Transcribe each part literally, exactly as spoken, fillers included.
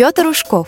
Петр Ушков.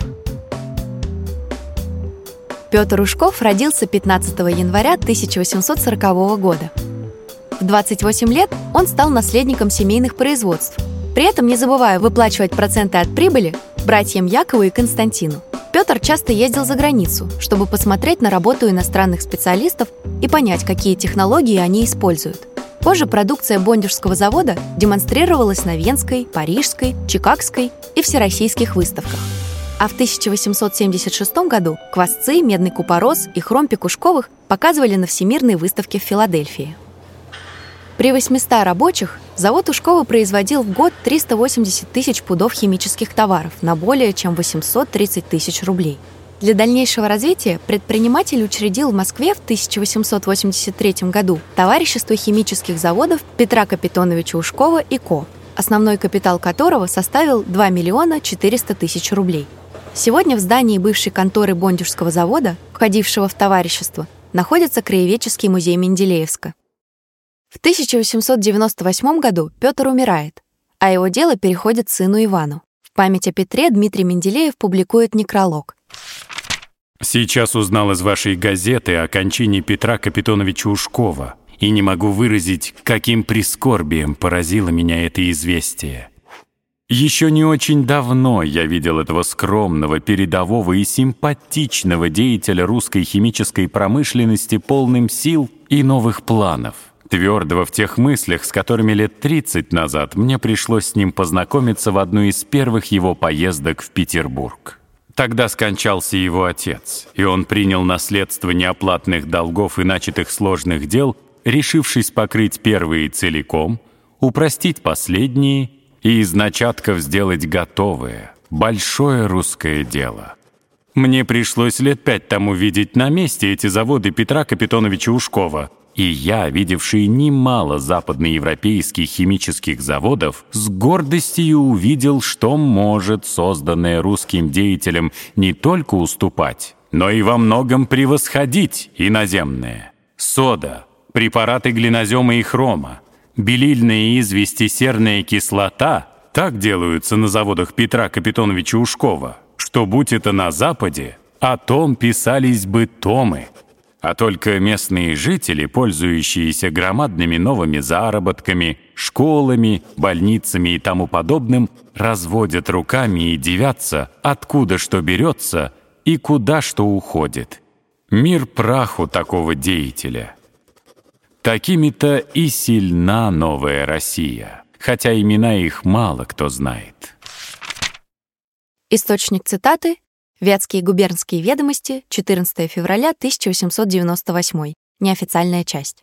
Петр Ушков родился пятнадцатого января тысяча восемьсот сорокового года. В двадцать восемь лет он стал наследником семейных производств, при этом не забывая выплачивать проценты от прибыли братьям Якову и Константину. Петр часто ездил за границу, чтобы посмотреть на работу иностранных специалистов и понять, какие технологии они используют. Позже продукция Бондюжского завода демонстрировалась на Венской, Парижской, Чикагской и всероссийских выставках. А в тысяча восемьсот семьдесят шестом году квасцы, медный купорос и хром Пекушковых показывали на Всемирной выставке в Филадельфии. При восьмистах рабочих завод Ушкова производил в год триста восемьдесят тысяч пудов химических товаров на более чем восемьсот тридцать тысяч рублей. Для дальнейшего развития предприниматель учредил в Москве в тысяча восемьсот восемьдесят третьем году товарищество химических заводов Петра Капитоновича Ушкова и Ко, основной капитал которого составил два миллиона четыреста тысяч рублей. Сегодня в здании бывшей конторы Бондюжского завода, входившего в товарищество, находится Краеведческий музей Менделеевска. В тысяча восемьсот девяносто восьмом году Петр умирает, а его дело переходит сыну Ивану. В память о Петре Дмитрий Менделеев публикует некролог. Сейчас узнал из вашей газеты о кончине Петра Капитоновича Ушкова и не могу выразить, каким прискорбием поразило меня это известие. Еще не очень давно я видел этого скромного, передового и симпатичного деятеля русской химической промышленности полным сил и новых планов, твердого в тех мыслях, с которыми лет тридцать назад мне пришлось с ним познакомиться в одну из первых его поездок в Петербург. Тогда скончался его отец, и он принял наследство неоплатных долгов и начатых сложных дел, решившись покрыть первые целиком, упростить последние и из начатков сделать готовое, большое русское дело. Мне пришлось лет пять тому видеть на месте эти заводы Петра Капитоновича Ушкова, и я, видевший немало западноевропейских химических заводов, с гордостью увидел, что может созданное русским деятелем не только уступать, но и во многом превосходить иноземное. Сода, препараты глинозема и хрома, белильная известь и серная кислота так делаются на заводах Петра Капитоновича Ушкова, что, будь это на Западе, о том писались бы томы. А только местные жители, пользующиеся громадными новыми заработками, школами, больницами и тому подобным, разводят руками и дивятся, откуда что берется и куда что уходит. Мир праху такого деятеля. Такими-то и сильна новая Россия, хотя имена их мало кто знает. Источник цитаты — Вятские губернские ведомости, четырнадцатого февраля тысяча восемьсот девяносто восьмого, неофициальная часть.